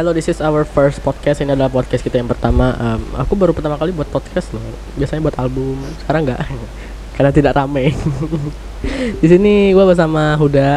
Hello, this is our first podcast. Ini adalah podcast kita yang pertama. Aku baru pertama kali buat podcast loh. Biasanya buat album. Sekarang enggak, karena tidak rame. Di sini gue bersama Huda.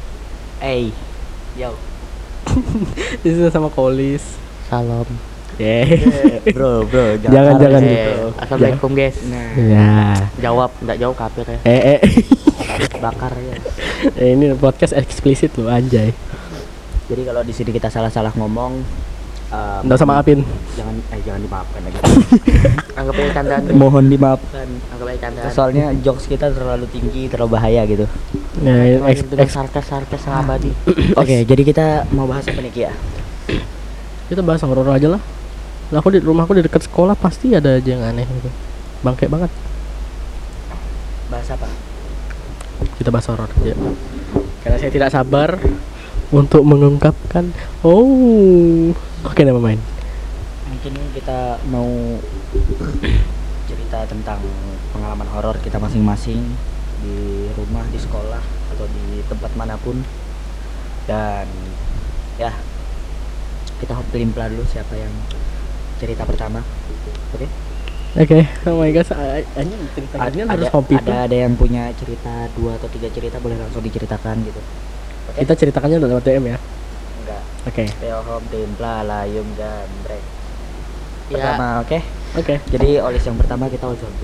Yo. Di sini sama Kolis. Salam. Bro, jangan gitu. Assalamualaikum guys. Ya. Enggak jawab kafir ya. Bakar ya. Ini podcast eksplisit loh, anjay. Jadi kalau di sini kita salah ngomong, Nggak usah maafin. jangan dimaafkan lagi. Anggap aja candaan. Mohon dimaafkan. Anggap aja candaan. Soalnya jokes kita terlalu tinggi, terlalu bahaya gitu. Ya, Sarkas abadi. Oke, jadi kita mau bahas apa nih, Kia? kita bahas horor aja lah. Nah, aku di rumahku di dekat sekolah pasti ada aja yang aneh gitu. Bangke banget. Bahas apa? Kita bahas horor aja. Karena saya tidak sabar untuk mengungkapkan. Oke, nama main. Mungkin kita mau cerita tentang pengalaman horor kita masing-masing di rumah, di sekolah, atau di tempat manapun. Dan ya, kita pelin-pelan dulu siapa yang cerita pertama. Oke? Oke, oh my god, ini ceritanya harus hobi. Ada yang punya cerita 2 atau 3 cerita, boleh langsung diceritakan gitu. Okay? Kita ceritakannya lewat DM ya. Enggak. Oke. Peohom timpla layum gambreng. Ya. Pertama, oke. Oke. Jadi Olis yang pertama, kita ozon.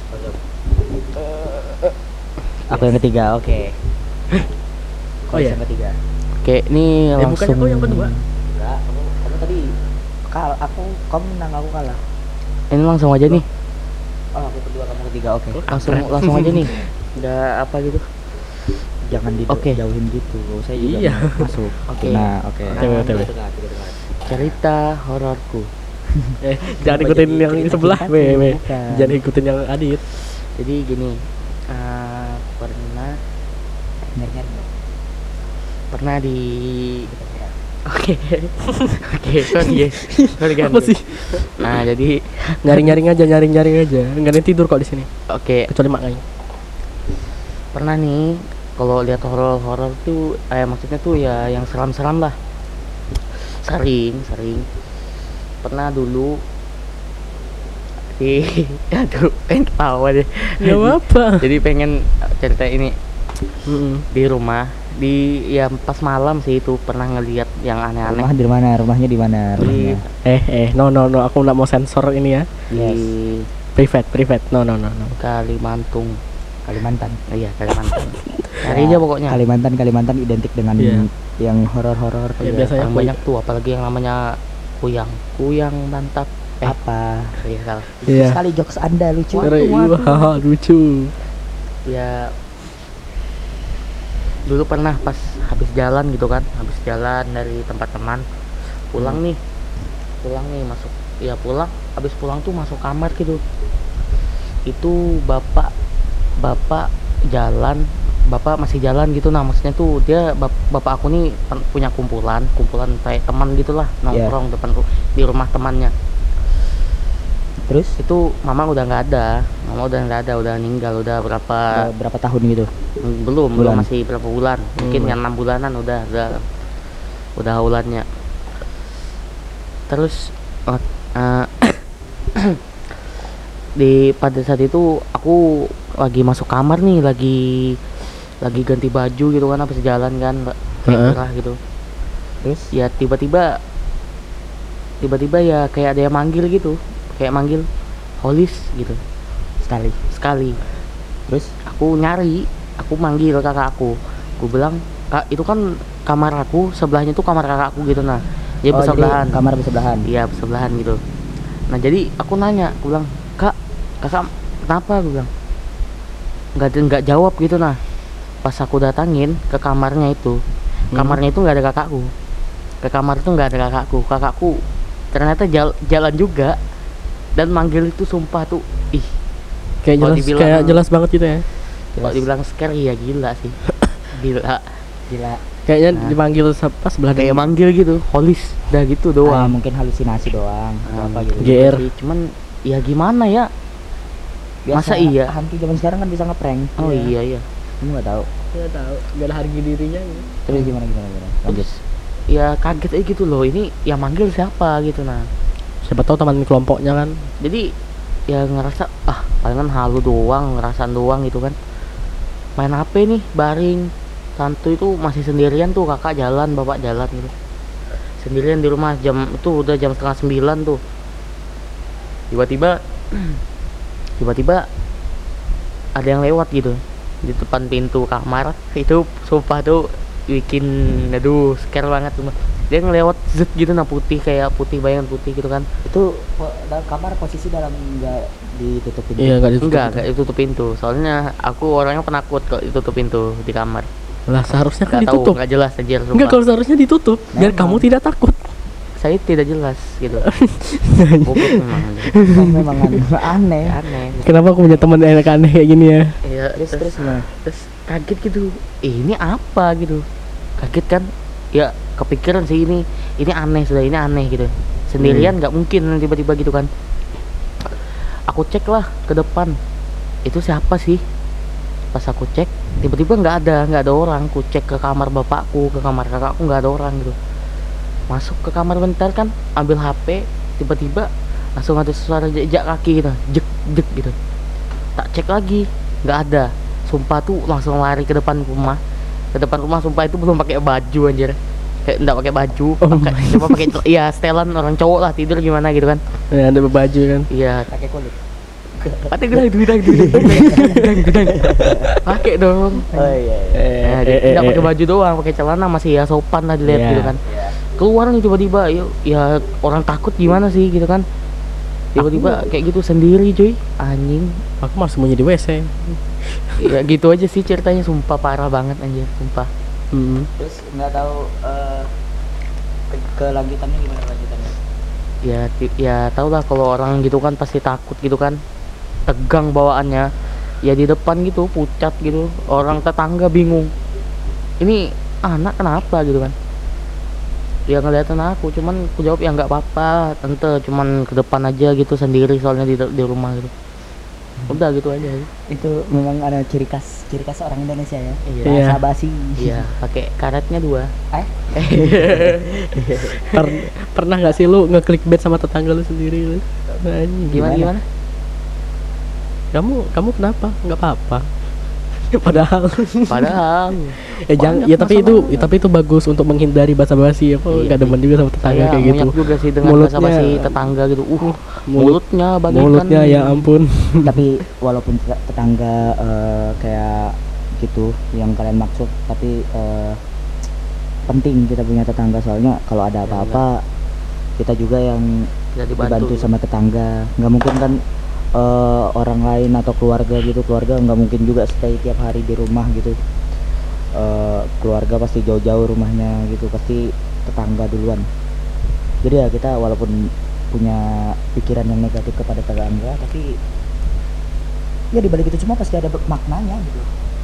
Aku yang ketiga, oke. Oh iya. Yang ketiga. Oke, ini Bukannya langsung. aku yang kedua. Enggak, kamu tadi kamu menang, aku kalah. Ini langsung aja nih. Oh, aku kedua, kamu ketiga, oke. Langsung aja nih. Udah apa gitu? Jangan Oke. dijauhin gitu. Saya juga Iya. masuk. Oke. Nah, oke. Oke. Cerita hororku. Jangan ikutin yang cerita sebelah, kita we. bukan. Jangan ikutin yang Adit. Jadi gini, pernah di Oke, sorry Apa sih? Nah, jadi Nyaring aja. Enggak ada yang tidur kok di sini. oke, Kecuali maknya. pernah nih kalau lihat horor tuh maksudnya tuh ya yang seram-seram lah. Sering pernah dulu aduh, pengen ketawa deh. Gak apa. Jadi pengen cerita ini Mm-mm. di rumah, ya pas malam sih itu pernah ngelihat yang aneh-aneh Rumah di mana? Rumahnya di mana? di Rumahnya. No, aku nggak mau sensor ini ya. di Private. No. Kalimantan. Kalimantan. Iya, Kalimantan. Cari aja pokoknya. Kalimantan identik dengan Iya. yang horor-horor. Ya, biasanya Yang banyak tuh, apalagi yang namanya kuyang mantap. Apa? Iya salah. Iya. Sekali jokes Anda lucu. Wah, lucu. Ya dulu pernah pas habis jalan dari tempat teman pulang nih masuk habis pulang tuh masuk kamar gitu, itu bapak masih jalan gitu. Nah, maksudnya tuh dia bapak aku nih punya kumpulan kayak teman gitulah, nongkrong depan di rumah temannya. Terus Itu mama udah nggak ada, udah meninggal, udah berapa tahun gitu? belum Bulan. masih berapa bulan, mungkin yang 6 bulanan udah haulannya. Terus pada saat itu aku lagi masuk kamar nih, lagi ganti baju gitu kan, habis jalan kan kayak gerah gitu. Terus Ya tiba-tiba ya kayak ada yang manggil gitu, kayak manggil Holis gitu sekali. terus Aku manggil kakak aku bilang, "Kak, itu kan kamar aku, sebelahnya tuh kamar kakak aku gitu." Nah, dia bersebelahan. jadi kamar bersebelahan. Iya, bersebelahan gitu. Nah, jadi aku nanya, aku bilang, "Kak, kakak kenapa?" Aku bilang. Nggak jawab gitu. Nah, pas aku datangin ke kamarnya itu nggak ada kakakku. Ke kamar itu nggak ada kakakku ternyata jalan juga dan manggil itu. Sumpah tuh, Kayak jelas banget gitu ya. kalau dibilang scary ya gila sih. Gila. Kayaknya Nah. dipanggil pas sebelah Kayak manggil gitu, Holis, udah gitu doang. Mungkin halusinasi doang atau apa gitu. GR. Cuman ya gimana ya? Biasa, Masa iya? hantu zaman sekarang kan bisa ngeprank. Oh iya. Kamu nggak tahu. Ya tahu, gak ada harga dirinya gitu. Terus gimana? Lanjut. ya kaget aja gitu loh, ini yang manggil siapa gitu. Nah Siapa tahu teman kelompoknya kan. jadi ya ngerasa palingan halu doang, ngerasaan doang gitu kan, main HP nih baring santuy. Itu masih sendirian tuh, kakak jalan, bapak jalan gitu, sendirian di rumah. Jam itu udah jam setengah 9 tuh. Tiba-tiba ada yang lewat gitu di depan pintu kamar. Itu sumpah tuh bikin aduh scare banget tuh. Dia ngelewat zet gitu, nah putih, kayak putih, bayangan putih gitu kan. Itu dalam kamar posisi dalam enggak ditutupin. Iya, enggak ditutup. Enggak ditutup pintu, soalnya aku orangnya penakut kalau ditutup pintu di kamar. Lah seharusnya kan Nggak tahu, ditutup. nggak jelas aja. Enggak, kalau seharusnya ditutup biar Memang. kamu tidak takut. Saya tidak jelas gitu. Goblok memang. Memang aneh. Aneh. Kenapa aku punya teman enak aneh kayak gini ya? Iya, Terus gimana? terus kaget gitu. Ini apa gitu? Kaget kan? Ya kepikiran sih, ini aneh, sudah ini aneh gitu. Sendirian nggak mungkin tiba-tiba gitu kan. Aku cek lah ke depan. Itu siapa sih? Pas aku cek, tiba-tiba nggak ada orang. Aku cek ke kamar bapakku, ke kamar kakakku, nggak ada orang gitu. Masuk ke kamar bentar kan, ambil HP, tiba-tiba langsung ada suara jejak kaki gitu, jek jek gitu. Tak cek lagi, nggak ada. Sumpah tuh langsung lari ke depan rumah. Ke depan rumah sumpah itu belum pakai baju anjir. Kayak enggak pakai baju, cuma pakai iya setelan orang cowok lah tidur gimana gitu kan. Ya, ada baju kan. Iya, Pakai kulit. pakai gudang. Pakai dong. Oh iya. Nah, enggak pakai baju doang, pakai celana masih ya sopan lah dilihat Iya. gitu kan. Iya. Keluar nih tiba-tiba, ya orang takut gimana sih gitu kan. Tiba-tiba kayak gitu sendiri cuy, anjing. Aku malah sembunyi di WC. Ya gitu aja sih ceritanya, sumpah parah banget anjir, sumpah. Terus nggak tahu kelanjutannya gimana lanjutannya? Ya tau lah kalau orang gitu kan pasti takut gitu kan, tegang bawaannya. Ya di depan gitu pucat gitu, orang tetangga bingung, ini anak kenapa gitu kan. Dia ngeliatin aku, cuman aku jawab ya nggak apa-apa tante, cuman ke depan aja gitu sendiri soalnya di rumah gitu. Udah gitu aja. Itu memang ada ciri khas orang Indonesia ya. Iya. Bahasa basi. Iya, pakai karetnya 2. Pernah nggak sih lu nge-clickbait sama tetangga lu sendiri lu? Anjing. Gimana? Kamu kenapa? Nggak apa-apa. Padahal jangan ya, tapi itu bagus untuk menghindari basa-basi. Aku Iya nggak demen juga sama tetangga kayak gitu. Banyak juga sih dengan Mulutnya- basa-basi tetangga gitu. Mulutnya bagaikan Mulutnya ya ampun. Tapi walaupun tetangga kayak gitu yang kalian maksud, tapi penting kita punya tetangga, soalnya kalau ada apa-apa kita juga yang bisa dibantu sama tetangga. Nggak mungkin kan orang lain atau keluarga nggak mungkin juga stay tiap hari di rumah gitu. Keluarga pasti jauh-jauh rumahnya gitu, pasti tetangga duluan. Jadi ya kita walaupun punya pikiran yang negatif kepada tetangga, tapi ya dibalik itu semua pasti ada maknanya gitu.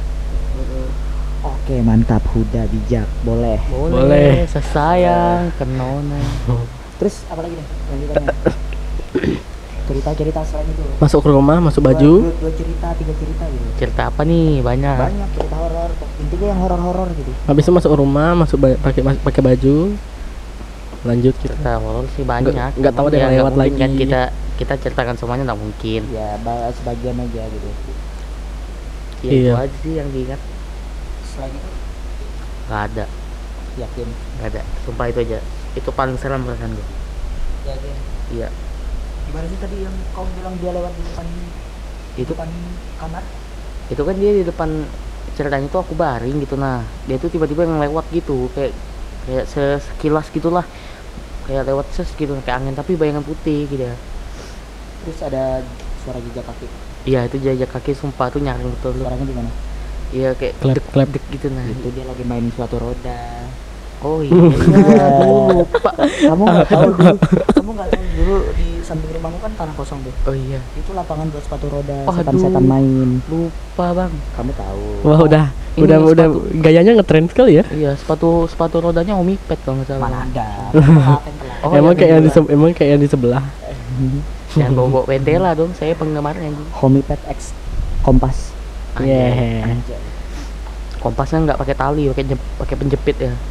Oke, mantap, Huda bijak, boleh. Boleh. Sesayang kenona. Terus apa lagi nih lanjutannya? cerita selain itu. Masuk ke rumah, masuk baju. Dua cerita, 3 cerita gitu. Cerita apa nih? Banyak. Banyak cerita horor, intinya yang horor gitu. Habis itu masuk ke rumah, pakai baju. Lanjut kita. Cerita horor sih banyak. Nggak tahu ada yang nggak lewat mungkin lagi. kan kita ceritakan semuanya, nggak mungkin. Ya bahas sebagian aja gitu. Ya, Iya. itu aja sih yang diingat. Selain itu Nggak ada, yakin. nggak ada. Sumpah itu aja. Itu paling serem perasaan gue. Yakin. Iya. Gimana sih tadi yang kau bilang dia lewat di depan kamar? Itu kan dia di depan, ceritanya tuh aku baring gitu. Nah dia tuh tiba-tiba yang lewat gitu, kayak sekilas gitulah, kayak lewat gitu, kayak angin tapi bayangan putih gitu. Terus ada suara jejak kaki. Iya itu jejak kaki, sumpah tuh nyaring betul loh. Suaranya gimana? Iya kayak Klep. dek gitu. Nah Itu dia lagi main suatu roda. oh iya dulu lupa. Kamu nggak tahu dulu di samping rumahmu kan tanah kosong tuh. Oh iya Itu lapangan buat sepatu roda, Waduh. setan-setan main. lupa bang. Kamu tahu. Wah, udah Ini sepatu. gayanya ngetren sekali ya. Iya sepatu rodanya Omipet kalau nggak salah. Mana ada? Maaf yang telat. Oh, emang iya, kayak bener. emang kayak yang di sebelah. Jangan bawa Ventela dong, saya penggemarnya anjing. Homipet X Kompas. Yeah. Anjay. Kompasnya nggak pakai tali, pakai penjepit ya.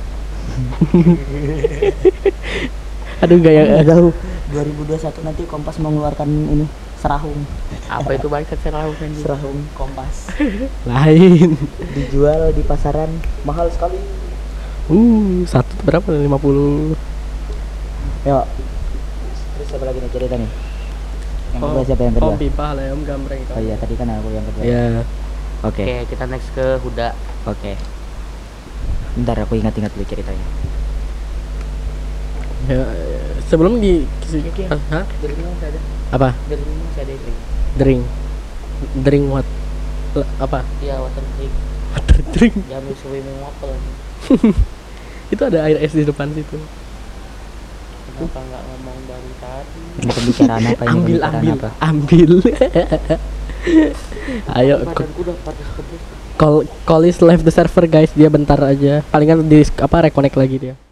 Aduh gaya Tahu 2021 nanti Kompas mengeluarkan ini serahung. Apa itu bangsat serahung anjing? Serahung Kompas lain. dijual di pasaran mahal sekali. Satu tuh berapa? 50. Yuk. Terus siapa lagi nih cerita nih? Yang kedua siapa yang kedua? Om Pipa, Leom Gambreng. Oh iya, tadi kan aku yang kedua. Iya. Oke. Oke, kita next ke Huda. Oke. Bentar aku ingat-ingat dulu ceritanya. Ya, sebelum di hah? Dari mana masih ada? Apa? Dari mana masih ada itu? Drink. Drink what? Apa? Iya, water drink. Water drink. Jamil swimming waffle. Itu ada air es di depan situ. Kenapa nggak ngomong dari tadi? Ini pembicaraan apa ini? Ambil, Pembicaraan ambil, apa? ambil. Ayo, Badanku udah panas-panas. call is left the server guys. Dia bentar aja. Palingan di reconnect lagi dia.